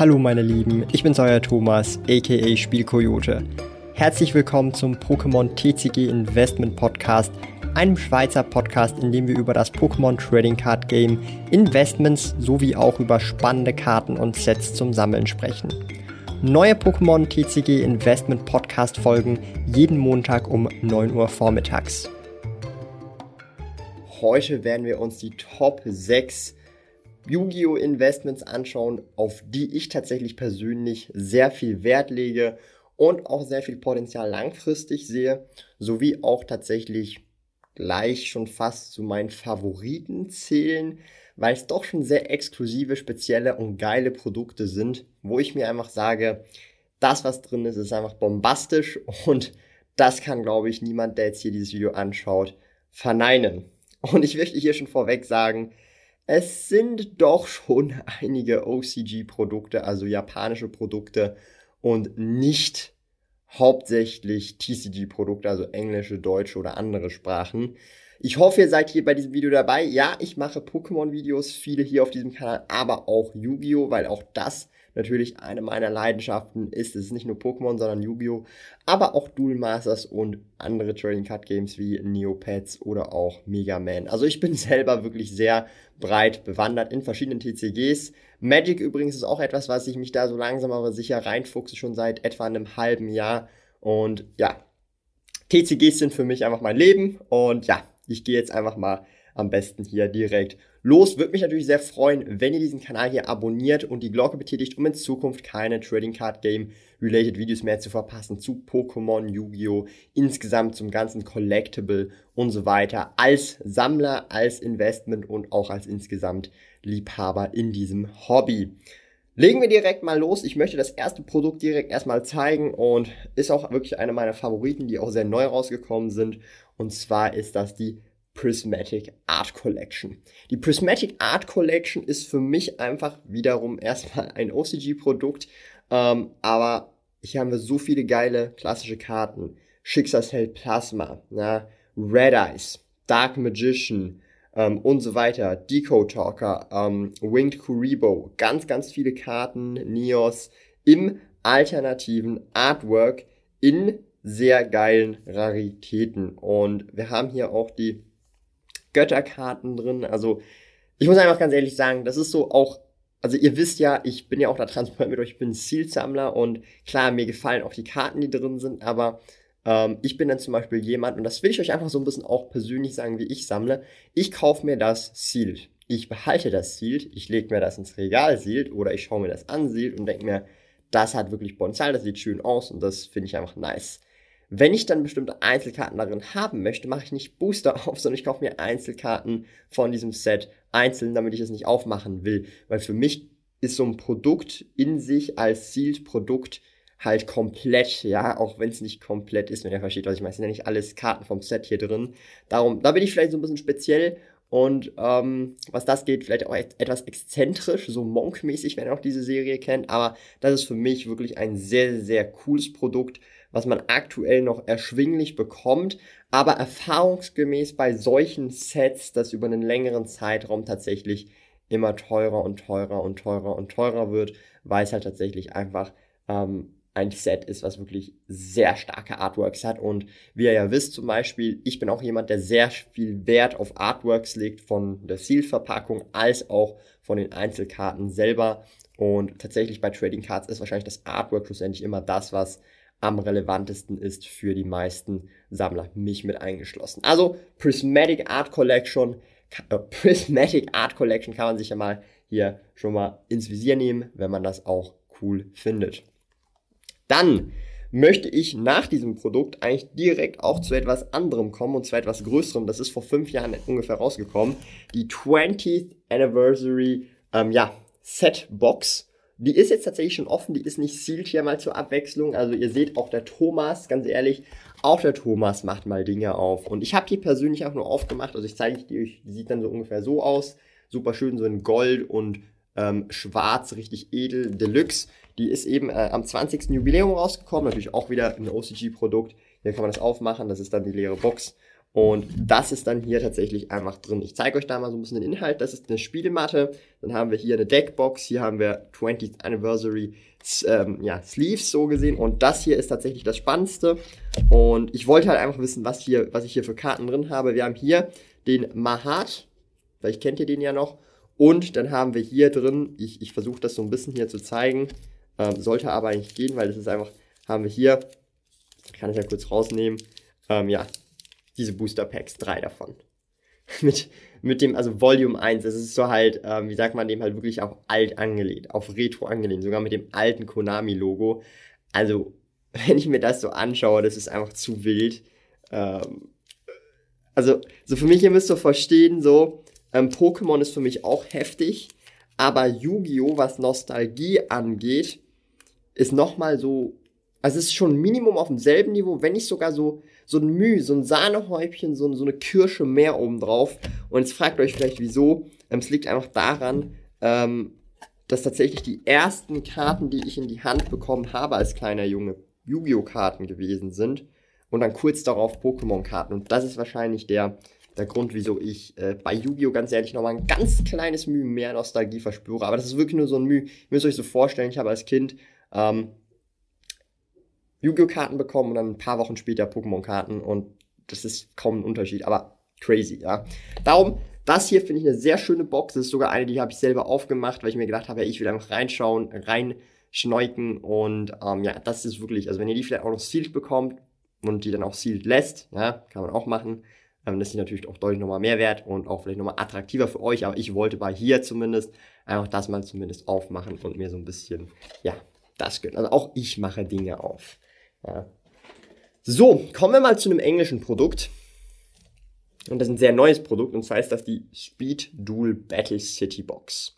Hallo meine Lieben, ich bin's euer Thomas, aka Spielkoyote. Herzlich willkommen zum Pokémon TCG Investment Podcast, einem Schweizer Podcast, in dem wir über das Pokémon Trading Card Game, Investments sowie auch über spannende Karten und Sets zum Sammeln sprechen. Neue Pokémon TCG Investment Podcast Folgen jeden Montag um 9 Uhr vormittags. Heute werden wir uns die Top 6 Yu-Gi-Oh! Investments anschauen, auf die ich tatsächlich persönlich sehr viel Wert lege und auch sehr viel Potenzial langfristig sehe, sowie auch tatsächlich gleich schon fast zu meinen Favoriten zählen, weil es doch schon sehr exklusive, spezielle und geile Produkte sind, wo ich mir einfach sage, das, was drin ist, ist einfach bombastisch und das kann, glaube ich, niemand, der jetzt hier dieses Video anschaut, verneinen. Und ich möchte hier schon vorweg sagen, es sind doch schon einige OCG-Produkte, also japanische Produkte und nicht hauptsächlich TCG-Produkte, also englische, deutsche oder andere Sprachen. Ich hoffe, ihr seid hier bei diesem Video dabei. Ja, ich mache Pokémon-Videos, viele hier auf diesem Kanal, aber auch Yu-Gi-Oh!, weil auch das natürlich eine meiner Leidenschaften ist. Es ist nicht nur Pokémon, sondern Yu-Gi-Oh!, aber auch Duel Masters und andere Trading Card Games wie Neopets oder auch Mega Man. Also ich bin selber wirklich sehr breit bewandert in verschiedenen TCGs. Magic übrigens ist auch etwas, was ich mich da so langsam aber sicher reinfuchse, schon seit etwa einem halben Jahr. Und ja, TCGs sind für mich einfach mein Leben. Und ja, ich gehe jetzt einfach mal am besten hier direkt los. Würde mich natürlich sehr freuen, wenn ihr diesen Kanal hier abonniert und die Glocke betätigt, um in Zukunft keine Trading Card Game Related Videos mehr zu verpassen zu Pokémon, Yu-Gi-Oh!, insgesamt zum ganzen Collectible und so weiter, als Sammler, als Investment und auch als insgesamt Liebhaber in diesem Hobby. Legen wir direkt mal los. Ich möchte das erste Produkt direkt erstmal zeigen und ist auch wirklich einer meiner Favoriten, die auch sehr neu rausgekommen sind. Und zwar ist das die Prismatic Art Collection. Die Prismatic Art Collection ist für mich einfach wiederum erstmal ein OCG-Produkt, aber hier haben wir so viele geile klassische Karten. Schicksalsheld Plasma, ja, Red Eyes, Dark Magician und so weiter, Decode Talker, Winged Kuriboh, ganz, ganz viele Karten, Neos im alternativen Artwork in sehr geilen Raritäten. Und wir haben hier auch die Götterkarten drin. Also ich muss einfach ganz ehrlich sagen, das ist so auch, also ihr wisst ja, ich bin ja auch da transparent mit euch, ich bin Sealed-Sammler und klar, mir gefallen auch die Karten, die drin sind, aber ich bin dann zum Beispiel jemand, und das will ich euch einfach so ein bisschen auch persönlich sagen, wie ich sammle. Ich kaufe mir das Sealed. Ich behalte das Sealed, ich lege mir das ins Regal Sealed oder ich schaue mir das an Sealed und denke mir, das hat wirklich Potenzial, das sieht schön aus und das finde ich einfach nice. Wenn ich dann bestimmte Einzelkarten darin haben möchte, mache ich nicht Booster auf, sondern ich kaufe mir Einzelkarten von diesem Set einzeln, damit ich es nicht aufmachen will. Weil für mich ist so ein Produkt in sich als Sealed-Produkt halt komplett, ja, auch wenn es nicht komplett ist, wenn ihr versteht, was ich meine. Es sind ja nicht alles Karten vom Set hier drin. Darum, da bin ich vielleicht so ein bisschen speziell und was das geht, vielleicht auch etwas exzentrisch, so Monk-mäßig, wenn ihr auch diese Serie kennt. Aber das ist für mich wirklich ein sehr, sehr cooles Produkt, was man aktuell noch erschwinglich bekommt, aber erfahrungsgemäß bei solchen Sets, das über einen längeren Zeitraum tatsächlich immer teurer und teurer und teurer und teurer wird, weil es halt tatsächlich einfach ein Set ist, was wirklich sehr starke Artworks hat. Und wie ihr ja wisst zum Beispiel, ich bin auch jemand, der sehr viel Wert auf Artworks legt, von der Sealed-Verpackung als auch von den Einzelkarten selber. Und tatsächlich bei Trading Cards ist wahrscheinlich das Artwork schlussendlich immer das, was am relevantesten ist für die meisten Sammler, mich mit eingeschlossen. Also Prismatic Art Collection kann man sich ja mal hier schon mal ins Visier nehmen, wenn man das auch cool findet. Dann möchte ich nach diesem Produkt eigentlich direkt auch zu etwas anderem kommen, und zwar etwas Größerem. Das ist vor 5 Jahren ungefähr rausgekommen. Die 20th Anniversary Set Box. Die ist jetzt tatsächlich schon offen, die ist nicht sealed hier mal zur Abwechslung. Also ihr seht, auch der Thomas, ganz ehrlich, auch der Thomas macht mal Dinge auf. Und ich habe die persönlich auch nur aufgemacht, also ich zeige die euch, die sieht dann so ungefähr so aus. Super schön, so in Gold und schwarz, richtig edel, Deluxe. Die ist eben am 20. Jubiläum rausgekommen, natürlich auch wieder ein OCG-Produkt. Hier kann man das aufmachen, das ist dann die leere Box. Und das ist dann hier tatsächlich einfach drin. Ich zeige euch da mal so ein bisschen den Inhalt. Das ist eine Spielematte. Dann haben wir hier eine Deckbox. Hier haben wir 20th Anniversary Sleeves so gesehen. Und das hier ist tatsächlich das Spannendste. Und ich wollte halt einfach wissen, was ich hier für Karten drin habe. Wir haben hier den Mahat. Vielleicht kennt ihr den ja noch. Und dann haben wir hier drin, ich versuche das so ein bisschen hier zu zeigen. Sollte aber eigentlich gehen, weil das ist einfach, haben wir hier, kann ich ja kurz rausnehmen, diese Booster Packs, 3 davon. mit dem, also Volume 1, das ist so halt, wie sagt man dem, halt wirklich auf alt angelehnt, auf Retro angelehnt, sogar mit dem alten Konami-Logo. Also, wenn ich mir das so anschaue, das ist einfach zu wild. Also, so für mich, ihr müsst so verstehen, so, Pokémon ist für mich auch heftig, aber Yu-Gi-Oh!, was Nostalgie angeht, ist nochmal so, also es ist schon Minimum auf demselben Niveau, wenn nicht sogar so ein Müh, so ein Sahnehäubchen, so eine Kirsche mehr obendrauf. Und jetzt fragt euch vielleicht, wieso. Es liegt einfach daran, dass tatsächlich die ersten Karten, die ich in die Hand bekommen habe als kleiner Junge, Yu-Gi-Oh! Karten gewesen sind. Und dann kurz darauf Pokémon-Karten. Und das ist wahrscheinlich der Grund, wieso ich bei Yu-Gi-Oh! Ganz ehrlich nochmal ein ganz kleines Müh mehr Nostalgie verspüre. Aber das ist wirklich nur so ein Müh. Ihr müsst euch so vorstellen, ich habe als Kind Yu-Gi-Oh! Karten bekommen und dann ein paar Wochen später Pokémon-Karten und das ist kaum ein Unterschied, aber crazy, ja. Darum, das hier finde ich eine sehr schöne Box, das ist sogar eine, die habe ich selber aufgemacht, weil ich mir gedacht habe, ja, ich will einfach reinschauen, reinschneuken und das ist wirklich, also wenn ihr die vielleicht auch noch sealed bekommt und die dann auch sealed lässt, ja, kann man auch machen, das ist natürlich auch deutlich nochmal mehr wert und auch vielleicht nochmal attraktiver für euch, aber ich wollte bei hier zumindest einfach das mal zumindest aufmachen und mir so ein bisschen, ja, das gönnen. Also auch ich mache Dinge auf. Ja. So, kommen wir mal zu einem englischen Produkt. Und das ist ein sehr neues Produkt. Und zwar ist das die Speed Duel Battle City Box.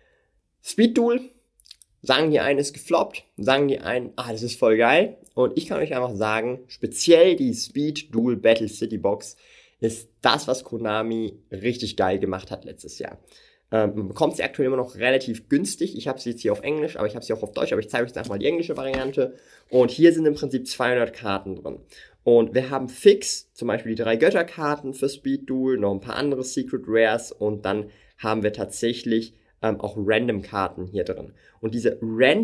Speed Duel, sagen die einen, ist gefloppt. Sagen die einen, das ist voll geil. Und ich kann euch einfach sagen, speziell die Speed Duel Battle City Box ist das, was Konami richtig geil gemacht hat letztes Jahr. Man bekommt sie aktuell immer noch relativ günstig. Ich habe sie jetzt hier auf Englisch, aber ich habe sie auch auf Deutsch. Aber ich zeige euch jetzt einfach mal die englische Variante. Und hier sind im Prinzip 200 Karten drin. Und wir haben fix zum Beispiel die 3 Götterkarten für Speed Duel, noch ein paar andere Secret Rares. Und dann haben wir tatsächlich auch Random-Karten hier drin. Und diese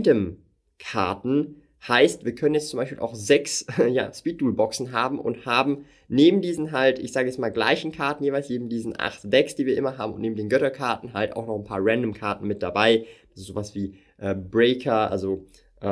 Random-Karten heißt, wir können jetzt zum Beispiel auch 6 Speed Duel Boxen haben und haben neben diesen halt, ich sage jetzt mal gleichen Karten jeweils, neben diesen 8 Decks, die wir immer haben und neben den Götterkarten halt auch noch ein paar Random Karten mit dabei. Das ist sowas wie Breaker, also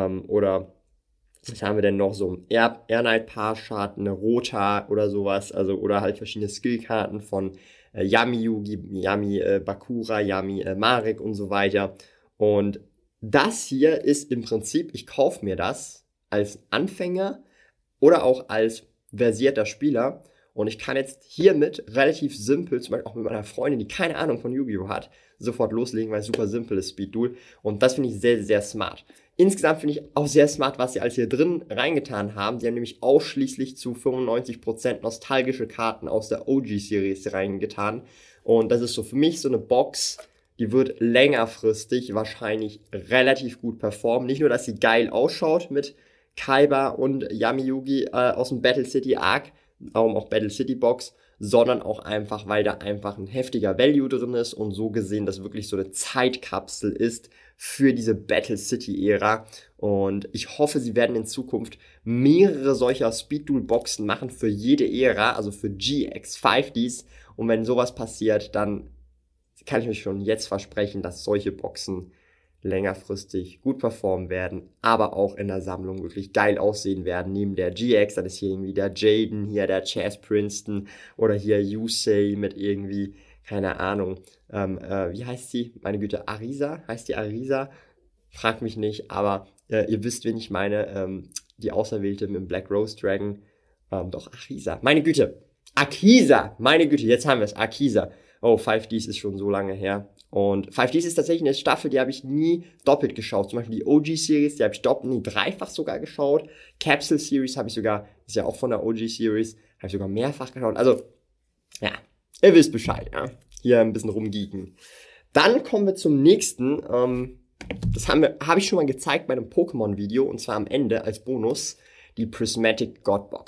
oder was haben wir denn noch so? Air Knight Parshad, eine Rota oder sowas, also oder halt verschiedene Skillkarten von Yami Yugi, Yami Bakura, Yami Marek und so weiter. Und das hier ist im Prinzip, ich kaufe mir das als Anfänger oder auch als versierter Spieler und ich kann jetzt hiermit relativ simpel, zum Beispiel auch mit meiner Freundin, die keine Ahnung von Yu-Gi-Oh! Hat, sofort loslegen, weil es super simpel ist, Speed Duel. Und das finde ich sehr, sehr smart. Insgesamt finde ich auch sehr smart, was sie alles hier drin reingetan haben. Sie haben nämlich ausschließlich zu 95% nostalgische Karten aus der OG-Series reingetan. Und das ist so für mich so eine Box, die wird längerfristig wahrscheinlich relativ gut performen. Nicht nur, dass sie geil ausschaut mit Kaiba und Yami Yugi aus dem Battle City Arc, darum auch Battle City Box, sondern auch einfach, weil da einfach ein heftiger Value drin ist und so gesehen, das wirklich so eine Zeitkapsel ist für diese Battle City Ära. Und ich hoffe, sie werden in Zukunft mehrere solcher Speed Duel Boxen machen für jede Ära, also für GX 5Ds. Und wenn sowas passiert, dann kann ich mich schon jetzt versprechen, dass solche Boxen längerfristig gut performen werden, aber auch in der Sammlung wirklich geil aussehen werden. Neben der GX, dann ist hier irgendwie der Jaden, hier der Chaz Princeton oder hier Yusei mit irgendwie, keine Ahnung, wie heißt sie? Meine Güte, Arisa? Heißt die Arisa? Fragt mich nicht, aber ihr wisst, wen ich meine. Die Auserwählte mit dem Black Rose Dragon. Doch, Arisa. Meine Güte. Akisa! Meine Güte, jetzt haben wir es. Akisa. Oh, 5Ds ist schon so lange her. Und 5Ds ist tatsächlich eine Staffel, die habe ich nie doppelt geschaut. Zum Beispiel die OG-Series, die habe ich dreifach sogar geschaut. Capsule Series habe ich sogar, ist ja auch von der OG-Series, habe ich sogar mehrfach geschaut. Also, ja, ihr wisst Bescheid, ja. Hier ein bisschen rumgeeken. Dann kommen wir zum nächsten. Das habe ich schon mal gezeigt bei einem Pokémon-Video, und zwar am Ende als Bonus, die Prismatic God Box.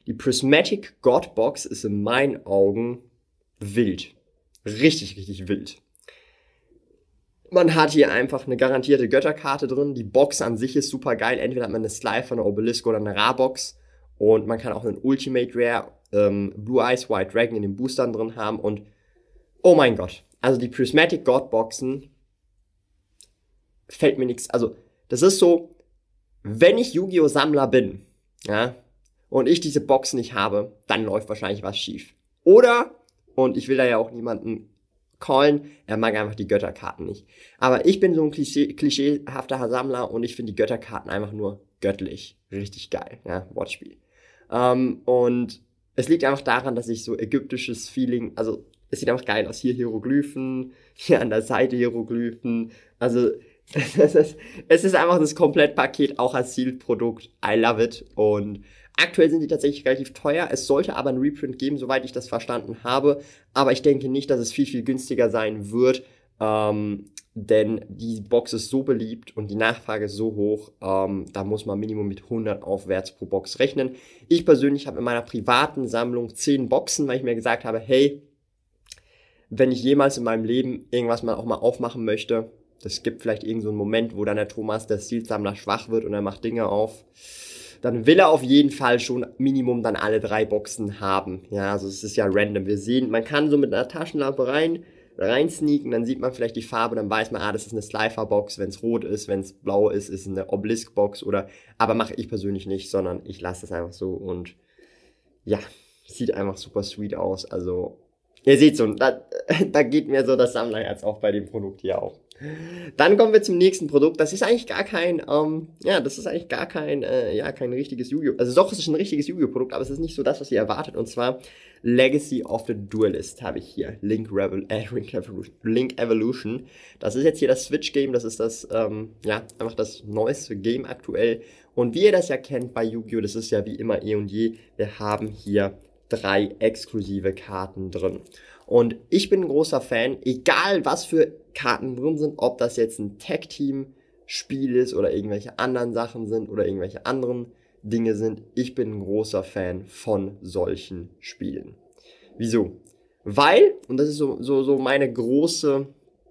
Die Prismatic God Box ist in meinen Augen wild. Richtig, richtig wild. Man hat hier einfach eine garantierte Götterkarte drin. Die Box an sich ist super geil. Entweder hat man eine Slifer, eine Obelisk oder eine Ra-Box. Und man kann auch einen Ultimate Rare, Blue Eyes White Dragon in den Boostern drin haben. Und oh mein Gott. Also die Prismatic God Boxen fällt mir nichts. Also das ist so, wenn ich Yu-Gi-Oh! Sammler bin, ja, und ich diese Box nicht habe, dann läuft wahrscheinlich was schief. Oder, und ich will da ja auch niemanden callen, er mag einfach die Götterkarten nicht. Aber ich bin so ein klischeehafter Sammler und ich finde die Götterkarten einfach nur göttlich. Richtig geil, ja, Wortspiel. Und es liegt einfach daran, dass ich so ägyptisches Feeling, also es sieht einfach geil aus. Hier Hieroglyphen, hier an der Seite Hieroglyphen. Also es ist einfach das Komplettpaket, auch als Sealed-Produkt. I love it. Und aktuell sind die tatsächlich relativ teuer. Es sollte aber ein Reprint geben, soweit ich das verstanden habe. Aber ich denke nicht, dass es viel, viel günstiger sein wird. Denn die Box ist so beliebt und die Nachfrage ist so hoch, da muss man Minimum mit 100 aufwärts pro Box rechnen. Ich persönlich habe in meiner privaten Sammlung 10 Boxen, weil ich mir gesagt habe, hey, wenn ich jemals in meinem Leben irgendwas mal auch mal aufmachen möchte, das gibt vielleicht irgend so einen Moment, wo dann der Thomas, der Sealed-Sammler, schwach wird und er macht Dinge auf, dann will er auf jeden Fall schon Minimum dann alle 3 Boxen haben. Ja, also es ist ja random. Wir sehen, man kann so mit einer Taschenlampe reinsneaken, dann sieht man vielleicht die Farbe, dann weiß man, das ist eine Slifer-Box, wenn es rot ist, wenn es blau ist, ist eine Obelisk-Box oder, aber mache ich persönlich nicht, sondern ich lasse das einfach so und ja, sieht einfach super sweet aus. Also, ihr seht so, da geht mir so das Sammlerherz auf bei dem Produkt hier auch. Dann kommen wir zum nächsten Produkt. Das ist eigentlich gar kein, kein richtiges Yu-Gi-Oh! Also doch, es ist ein richtiges Yu-Gi-Oh! Produkt, aber es ist nicht so das, was ihr erwartet. Und zwar Legacy of the Duelist habe ich hier. Link Evolution. Das ist jetzt hier das Switch-Game. Das ist das, einfach das neueste Game aktuell. Und wie ihr das ja kennt bei Yu-Gi-Oh! Das ist ja wie immer eh und je. Wir haben hier 3 exklusive Karten drin. Und ich bin ein großer Fan, egal was für Karten drin sind, ob das jetzt ein Tag-Team-Spiel ist oder irgendwelche anderen Sachen sind oder irgendwelche anderen Dinge sind. Ich bin ein großer Fan von solchen Spielen. Wieso? Weil, und das ist so meine große,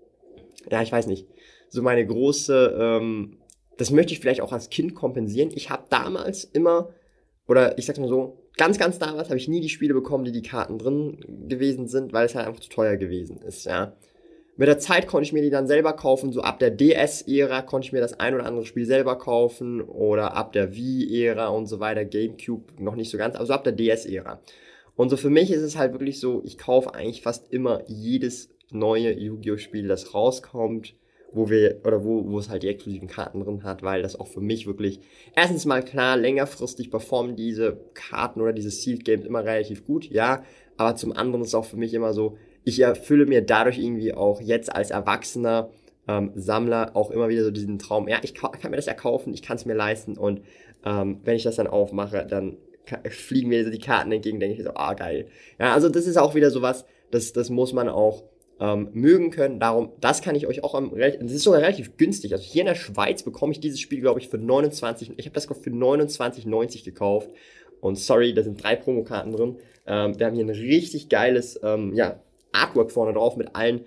das möchte ich vielleicht auch als Kind kompensieren. Ich habe damals immer, oder ich sag's mal so, ganz damals habe ich nie die Spiele bekommen, die Karten drin gewesen sind, weil es halt einfach zu teuer gewesen ist, ja. Mit der Zeit konnte ich mir die dann selber kaufen, so ab der DS-Ära konnte ich mir das ein oder andere Spiel selber kaufen oder ab der Wii-Ära und so weiter, Gamecube noch nicht so ganz, aber so ab der DS-Ära. Und so für mich ist es halt wirklich so, ich kaufe eigentlich fast immer jedes neue Yu-Gi-Oh! Spiel, das rauskommt, wo es halt die exklusiven Karten drin hat, weil das auch für mich wirklich, erstens mal klar, längerfristig performen diese Karten oder diese Sealed Games immer relativ gut, ja, aber zum anderen ist es auch für mich immer so, ich erfülle mir dadurch irgendwie auch jetzt als erwachsener Sammler auch immer wieder so diesen Traum, ja, ich kann mir das ja kaufen, ich kann es mir leisten und wenn ich das dann aufmache, dann fliegen mir so die Karten entgegen, denke ich so, geil. Ja, also das ist auch wieder sowas, das muss man auch mögen können. Darum, das kann ich euch auch das ist sogar relativ günstig. Also hier in der Schweiz bekomme ich dieses Spiel, glaube ich, für 29, ich habe das für 29,90 gekauft. Und sorry, da sind 3 Promokarten drin. Wir haben hier ein richtig geiles, Artwork vorne drauf mit allen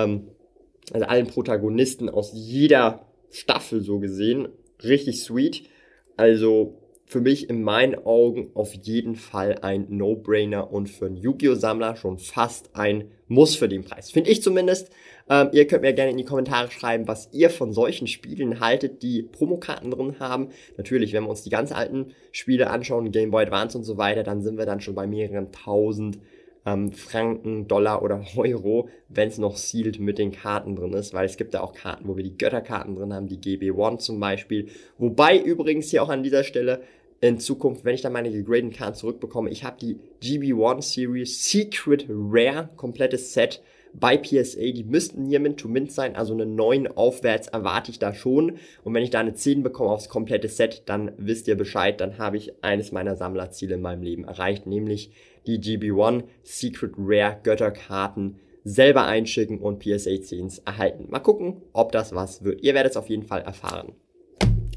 Protagonisten aus jeder Staffel so gesehen. Richtig sweet. Also für mich in meinen Augen auf jeden Fall ein No-Brainer und für einen Yu-Gi-Oh! Sammler schon fast ein Muss für den Preis. Finde ich zumindest. Ihr könnt mir gerne in die Kommentare schreiben, was ihr von solchen Spielen haltet, die Promokarten drin haben. Natürlich, wenn wir uns die ganz alten Spiele anschauen, Game Boy Advance und so weiter, dann sind wir dann schon bei mehreren tausend Franken, Dollar oder Euro, wenn es noch sealed mit den Karten drin ist, weil es gibt ja auch Karten, wo wir die Götterkarten drin haben, die GB1 zum Beispiel. Wobei übrigens hier auch an dieser Stelle in Zukunft, wenn ich dann meine gegradeten Karten zurückbekomme, ich habe die GB1 Series Secret Rare, komplettes Set bei PSA, die müssten hier Mint to Mint sein, also eine 9 aufwärts erwarte ich da schon. Und wenn ich da eine 10 bekomme aufs komplette Set, dann wisst ihr Bescheid, dann habe ich eines meiner Sammlerziele in meinem Leben erreicht, nämlich die GB1 Secret Rare Götterkarten selber einschicken und PSA 10s erhalten. Mal gucken, ob das was wird. Ihr werdet es auf jeden Fall erfahren.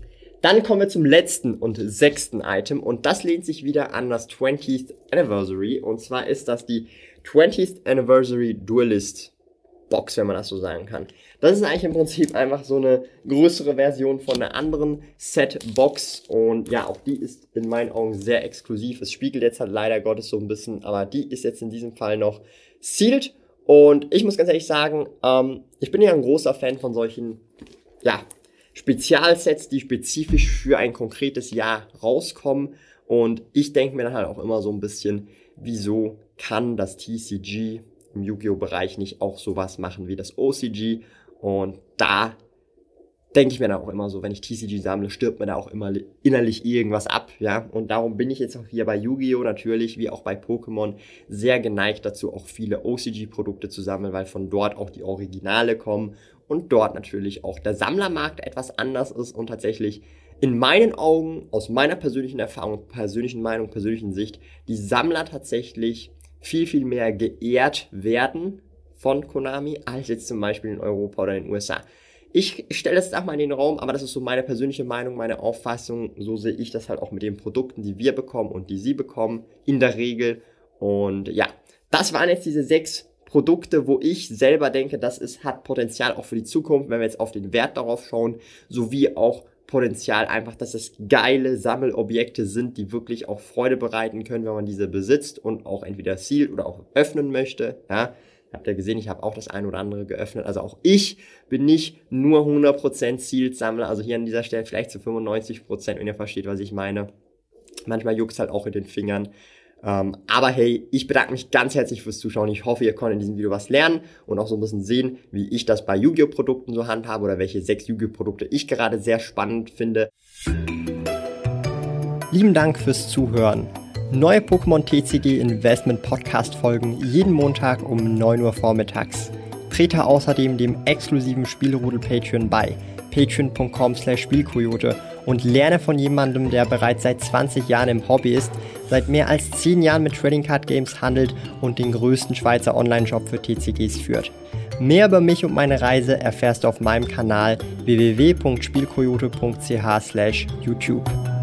Dann kommen wir zum letzten und 6. Item und das lehnt sich wieder an das 20th Anniversary und zwar ist das die 20th Anniversary Duelist Box, wenn man das so sagen kann. Das ist eigentlich im Prinzip einfach so eine größere Version von einer anderen Set-Box und ja, auch die ist in meinen Augen sehr exklusiv. Es spiegelt jetzt halt leider Gottes so ein bisschen, aber die ist jetzt in diesem Fall noch sealed und ich muss ganz ehrlich sagen, ich bin ja ein großer Fan von solchen, ja, Spezialsets, die spezifisch für ein konkretes Jahr rauskommen und ich denke mir dann halt auch immer so ein bisschen, wieso kann das TCG im Yu-Gi-Oh! Bereich nicht auch sowas machen wie das OCG und da denke ich mir dann auch immer so, wenn ich TCG sammle, stirbt mir da auch immer innerlich irgendwas ab, ja, und darum bin ich jetzt auch hier bei Yu-Gi-Oh! Natürlich, wie auch bei Pokémon, sehr geneigt dazu, auch viele OCG-Produkte zu sammeln, weil von dort auch die Originale kommen und dort natürlich auch der Sammlermarkt etwas anders ist und tatsächlich in meinen Augen, aus meiner persönlichen Erfahrung, persönlichen Meinung, persönlichen Sicht, die Sammler tatsächlich viel, viel mehr geehrt werden von Konami, als jetzt zum Beispiel in Europa oder in den USA. Ich stelle das auch mal in den Raum, aber das ist so meine persönliche Meinung, meine Auffassung. So sehe ich das halt auch mit den Produkten, die wir bekommen und die sie bekommen, in der Regel. Und ja, das waren jetzt diese 6 Produkte, wo ich selber denke, hat Potenzial auch für die Zukunft, wenn wir jetzt auf den Wert darauf schauen, sowie auch Potenzial einfach, dass es geile Sammelobjekte sind, die wirklich auch Freude bereiten können, wenn man diese besitzt und auch entweder sealt oder auch öffnen möchte, ja. Habt ihr gesehen, ich habe auch das ein oder andere geöffnet, also auch ich bin nicht nur 100% Sealed-Sammler, also hier an dieser Stelle vielleicht zu 95%, wenn ihr versteht, was ich meine. Manchmal juckt's halt auch in den Fingern. Aber hey, ich bedanke mich ganz herzlich fürs Zuschauen. Ich hoffe, ihr konntet in diesem Video was lernen und auch so ein bisschen sehen, wie ich das bei Yu-Gi-Oh! Produkten so handhabe oder welche 6 Yu-Gi-Oh! Produkte ich gerade sehr spannend finde. Lieben Dank fürs Zuhören. Neue Pokémon TCG Investment Podcast folgen jeden Montag um 9 Uhr vormittags. Trete außerdem dem exklusiven Spielrudel Patreon bei patreon.com/Spielkoyote und lerne von jemandem, der bereits seit 20 Jahren im Hobby ist, seit mehr als 10 Jahren mit Trading Card Games handelt und den größten Schweizer Online-Shop für TCGs führt. Mehr über mich und meine Reise erfährst du auf meinem Kanal www.spielkoyote.ch/YouTube.